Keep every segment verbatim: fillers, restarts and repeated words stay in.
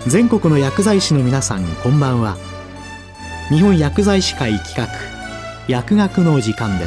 全国の薬剤師の皆さん、こんばんは。日本薬剤師会企画、薬学の時間です。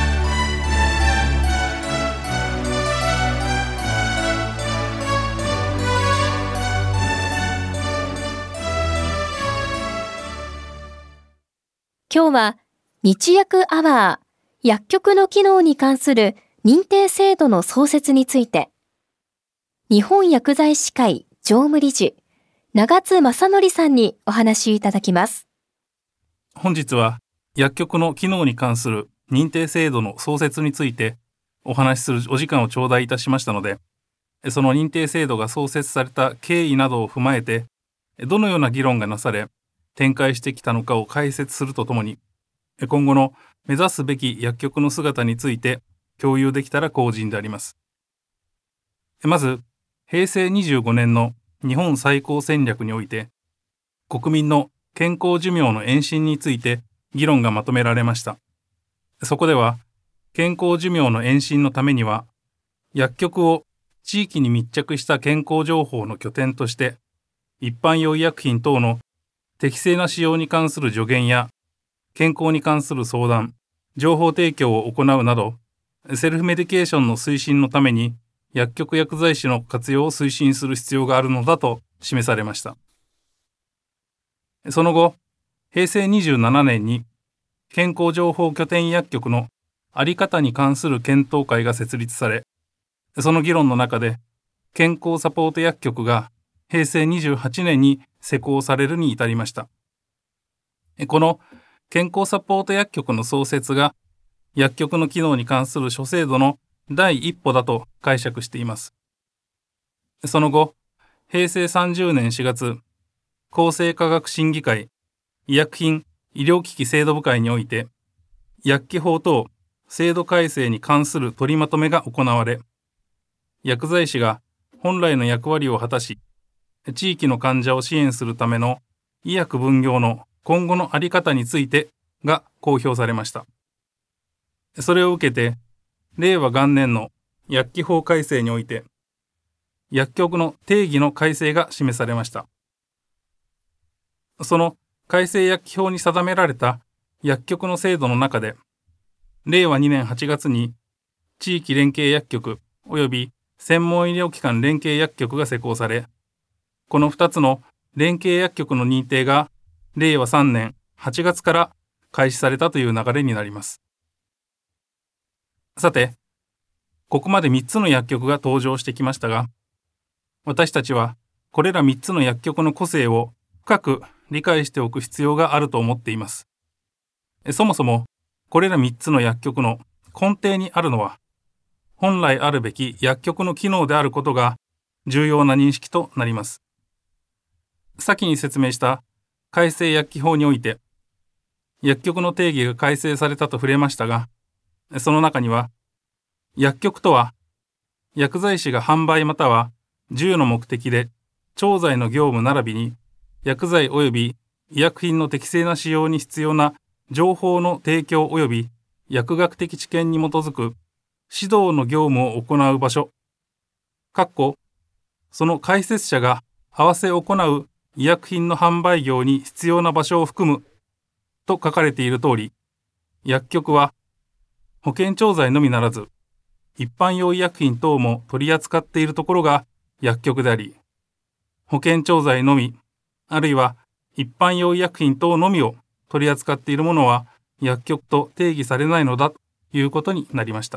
今日は日薬アワー、薬局の機能に関する認定制度の創設について、日本薬剤師会常務理事長津正則さんにお話しいただきます。 本日は薬局の機能に関する認定制度の創設についてお話しするお時間を頂戴いたしましたので、その認定制度が創設された経緯などを踏まえて、どのような議論がなされ展開してきたのかを解説するとともに、今後の目指すべき薬局の姿について共有できたら幸甚であります。まず、へいせいにじゅうごねんの日本再興戦略において、国民の健康寿命の延伸について議論がまとめられました。そこでは、健康寿命の延伸のためには、薬局を地域に密着した健康情報の拠点として、一般用医薬品等の適正な使用に関する助言や、健康に関する相談、情報提供を行うなど、セルフメディケーションの推進のために、薬局薬剤師の活用を推進する必要があるのだと示されました。その後、へいせいにじゅうななねんに健康情報拠点薬局の在り方に関する検討会が設立され、その議論の中で健康サポート薬局がへいせいにじゅうはちねんに施行されるに至りました。この健康サポート薬局の創設が薬局の機能に関する諸制度の第一歩だと解釈しています。その後、へいせいさんじゅうねんしがつ、厚生科学審議会医薬品医療機器制度部会において、薬機法等制度改正に関する取りまとめが行われ、薬剤師が本来の役割を果たし、地域の患者を支援するための医薬分業の今後の在り方についてが公表されました。それを受けて、れいわ元年の薬機法改正において、薬局の定義の改正が示されました。その改正薬機法に定められた薬局の制度の中で、れいわにねんはちがつに地域連携薬局及び専門医療機関連携薬局が施行され、このふたつの連携薬局の認定がれいわさんねんはちがつから開始されたという流れになります。さて、ここまでみっつの薬局が登場してきましたが、私たちはこれらみっつの薬局の個性を深く理解しておく必要があると思っています。そもそもこれらみっつの薬局の根底にあるのは、本来あるべき薬局の機能であることが重要な認識となります。先に説明した改正薬機法において、薬局の定義が改正されたと触れましたが、その中には、薬局とは、薬剤師が販売または従の目的で、調剤の業務並びに、薬剤及び医薬品の適正な使用に必要な情報の提供及び薬学的知見に基づく指導の業務を行う場所、かっこ、その解説者が合わせ行う医薬品の販売業に必要な場所を含むと書かれている通り、薬局は保険調剤のみならず、一般用医薬品等も取り扱っているところが薬局であり、保険調剤のみ、あるいは一般用医薬品等のみを取り扱っているものは薬局と定義されないのだということになりました。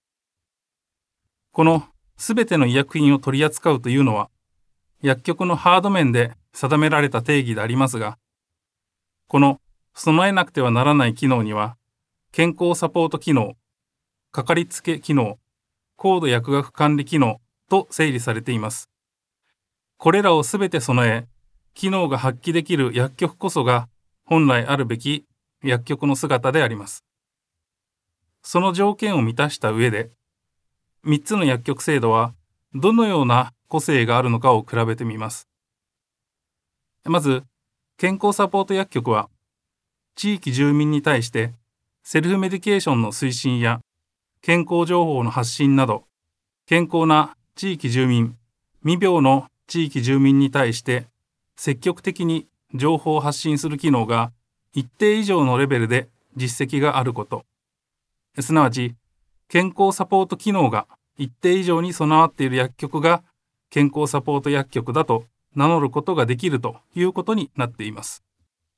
このすべての医薬品を取り扱うというのは、薬局のハード面で定められた定義でありますが、この備えなくてはならない機能には、健康サポート機能、かかりつけ機能、高度薬学管理機能と整理されています。これらをすべて備え、機能が発揮できる薬局こそが本来あるべき薬局の姿であります。その条件を満たした上で、みっつの薬局制度はどのような個性があるのかを比べてみます。まず、健康サポート薬局は、地域住民に対してセルフメディケーションの推進や健康情報の発信など、健康な地域住民、未病の地域住民に対して積極的に情報を発信する機能が一定以上のレベルで実績があること、すなわち健康サポート機能が一定以上に備わっている薬局が健康サポート薬局だと名乗ることができるということになっています。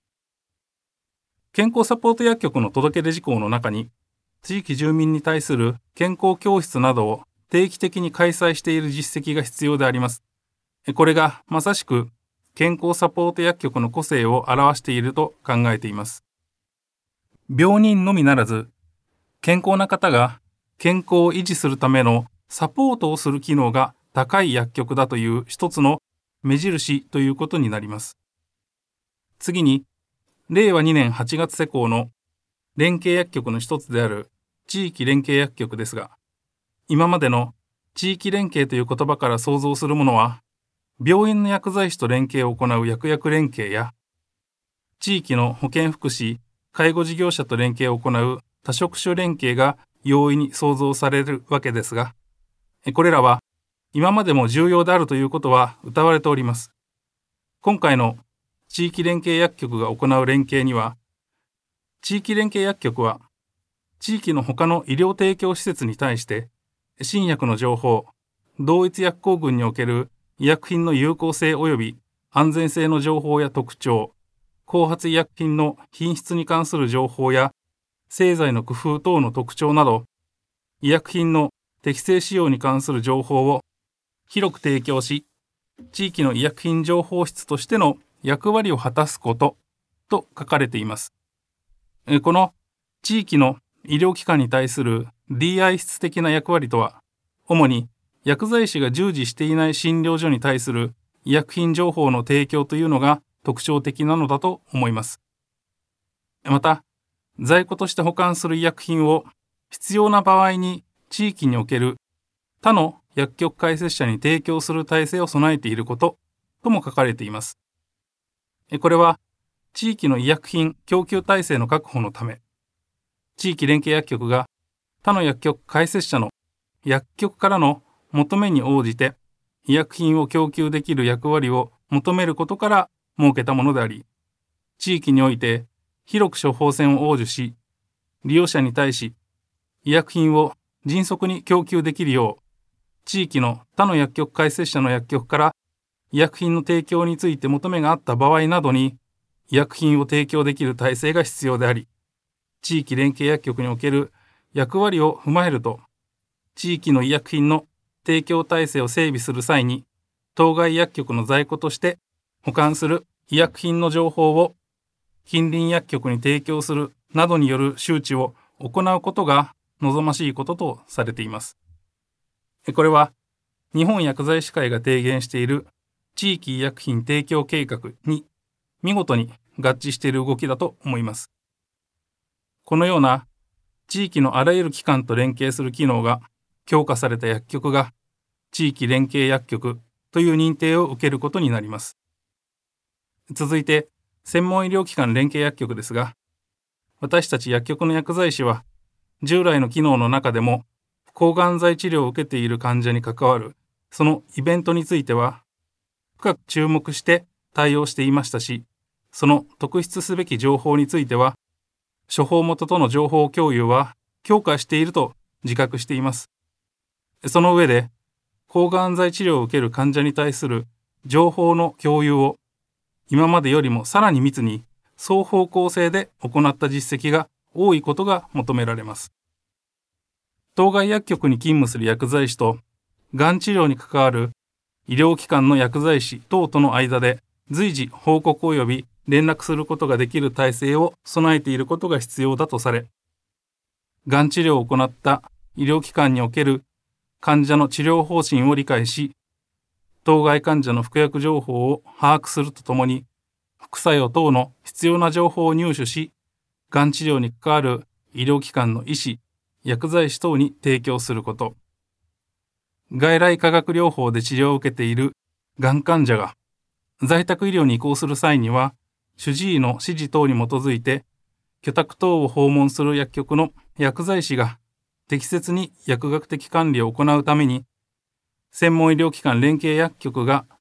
健康サポート薬局の届け出事項の中に、地域住民に対する健康教室などを定期的に開催している実績が必要であります。これがまさしく健康サポート薬局の個性を表していると考えています。病人のみならず、健康な方が健康を維持するためのサポートをする機能が高い薬局だという一つの目印ということになります。次に、れいわにねんはちがつ施行の連携薬局の一つである地域連携薬局ですが、今までの地域連携という言葉から想像するものは、病院の薬剤師と連携を行う薬薬連携や、地域の保健福祉、介護事業者と連携を行う多職種連携が容易に想像されるわけですが、これらは今までも重要であるということは謳われております。今回の地域連携薬局が行う連携には、地域連携薬局は地域の他の医療提供施設に対して新薬の情報、同一薬効群における医薬品の有効性及び安全性の情報や特徴、後発医薬品の品質に関する情報や製剤の工夫等の特徴など、医薬品の適正使用に関する情報を広く提供し、地域の医薬品情報室としての役割を果たすことと書かれています。この地域の医療機関に対する ディーアイ 室的な役割とは、主に薬剤師が従事していない診療所に対する医薬品情報の提供というのが特徴的なのだと思います。また、在庫として保管する医薬品を必要な場合に地域における他の薬局開設者に提供する体制を備えていることとも書かれています。これは地域の医薬品供給体制の確保のため、地域連携薬局が他の薬局開設者の薬局からの求めに応じて医薬品を供給できる役割を求めることから設けたものであり、地域において広く処方箋を応受し、利用者に対し医薬品を迅速に供給できるよう、地域の他の薬局開設者の薬局から医薬品の提供について求めがあった場合などに医薬品を提供できる体制が必要であり、地域連携薬局における役割を踏まえると、地域の医薬品の提供体制を整備する際に、当該薬局の在庫として保管する医薬品の情報を近隣薬局に提供するなどによる周知を行うことが望ましいこととされています。これは日本薬剤師会が提言している地域医薬品提供計画に見事に合致している動きだと思います。このような地域のあらゆる機関と連携する機能が強化された薬局が地域連携薬局という認定を受けることになります。続いて、専門医療機関連携薬局ですが、私たち薬局の薬剤師は従来の機能の中でも抗がん剤治療を受けている患者に関わるそのイベントについては深く注目して対応していましたし、その特筆すべき情報については処方元との情報共有は強化していると自覚しています。その上で抗がん剤治療を受ける患者に対する情報の共有を今までよりもさらに密に双方向性で行った実績が多いことが求められます。当該薬局に勤務する薬剤師とがん治療に関わる医療機関の薬剤師等との間で随時報告及び連絡することができる体制を備えていることが必要だとされ、がん治療を行った医療機関における患者の治療方針を理解し、当該患者の服薬情報を把握するとともに、副作用等の必要な情報を入手し、がん治療に関わる医療機関の医師、薬剤師等に提供すること。外来化学療法で治療を受けているがん患者が在宅医療に移行する際には、主治医の指示等に基づいて、居宅等を訪問する薬局の薬剤師が適切に薬学的管理を行うために、専門医療機関連携薬局が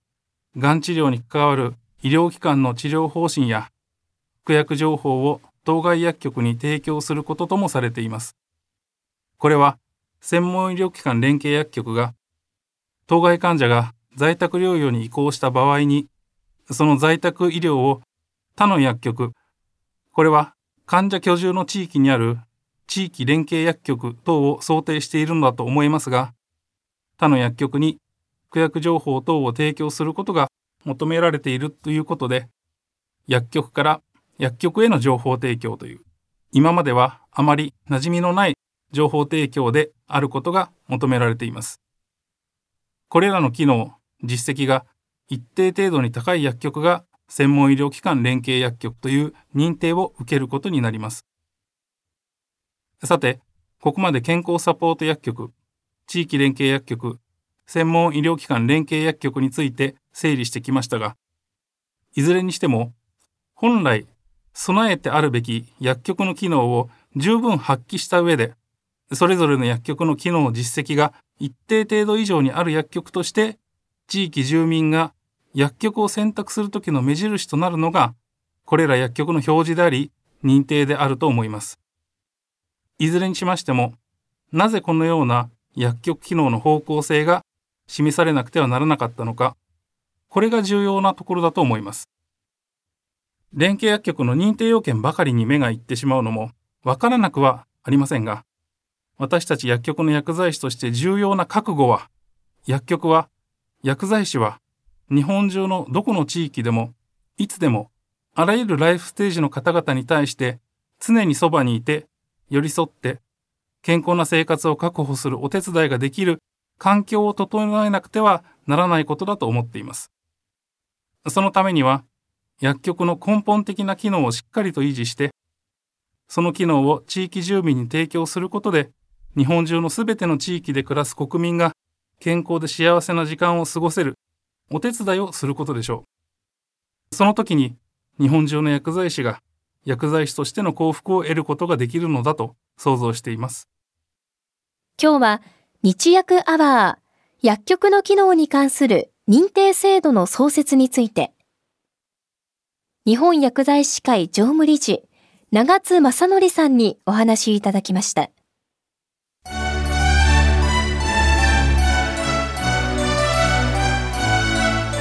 がん治療に関わる医療機関の治療方針や服薬情報を当該薬局に提供することともされています。これは専門医療機関連携薬局が当該患者が在宅療養に移行した場合に、その在宅医療を他の薬局、これは患者居住の地域にある地域連携薬局等を想定しているのだと思いますが、他の薬局に服薬情報等を提供することが求められているということで、薬局から薬局への情報提供という、今まではあまり馴染みのない情報提供であることが求められています。これらの機能、実績が一定程度に高い薬局が専門医療機関連携薬局という認定を受けることになります。さて、ここまで健康サポート薬局、地域連携薬局、専門医療機関連携薬局について整理してきましたが、いずれにしても本来備えてあるべき薬局の機能を十分発揮した上で、それぞれの薬局の機能実績が一定程度以上にある薬局として、地域住民が薬局を選択するときの目印となるのが、これら薬局の表示であり、認定であると思います。いずれにしましても、なぜこのような薬局機能の方向性が示されなくてはならなかったのか、これが重要なところだと思います。連携薬局の認定要件ばかりに目がいってしまうのもわからなくはありませんが、私たち薬局の薬剤師として重要な覚悟は、薬局は、薬剤師は、日本中のどこの地域でも、いつでも、あらゆるライフステージの方々に対して常にそばにいて、寄り添って、健康な生活を確保するお手伝いができる環境を整えなくてはならないことだと思っています。そのためには、薬局の根本的な機能をしっかりと維持して、その機能を地域住民に提供することで、日本中のすべての地域で暮らす国民が健康で幸せな時間を過ごせるお手伝いをすることでしょう。その時に日本中の薬剤師が薬剤師としての幸福を得ることができるのだと想像しています。 今日は日薬アワー、薬局の機能に関する認定制度の創設について、日本薬剤師会常務理事、長津正則さんにお話いただきました。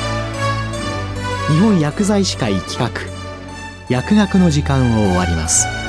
日本薬剤師会企画、薬学の時間を終わります。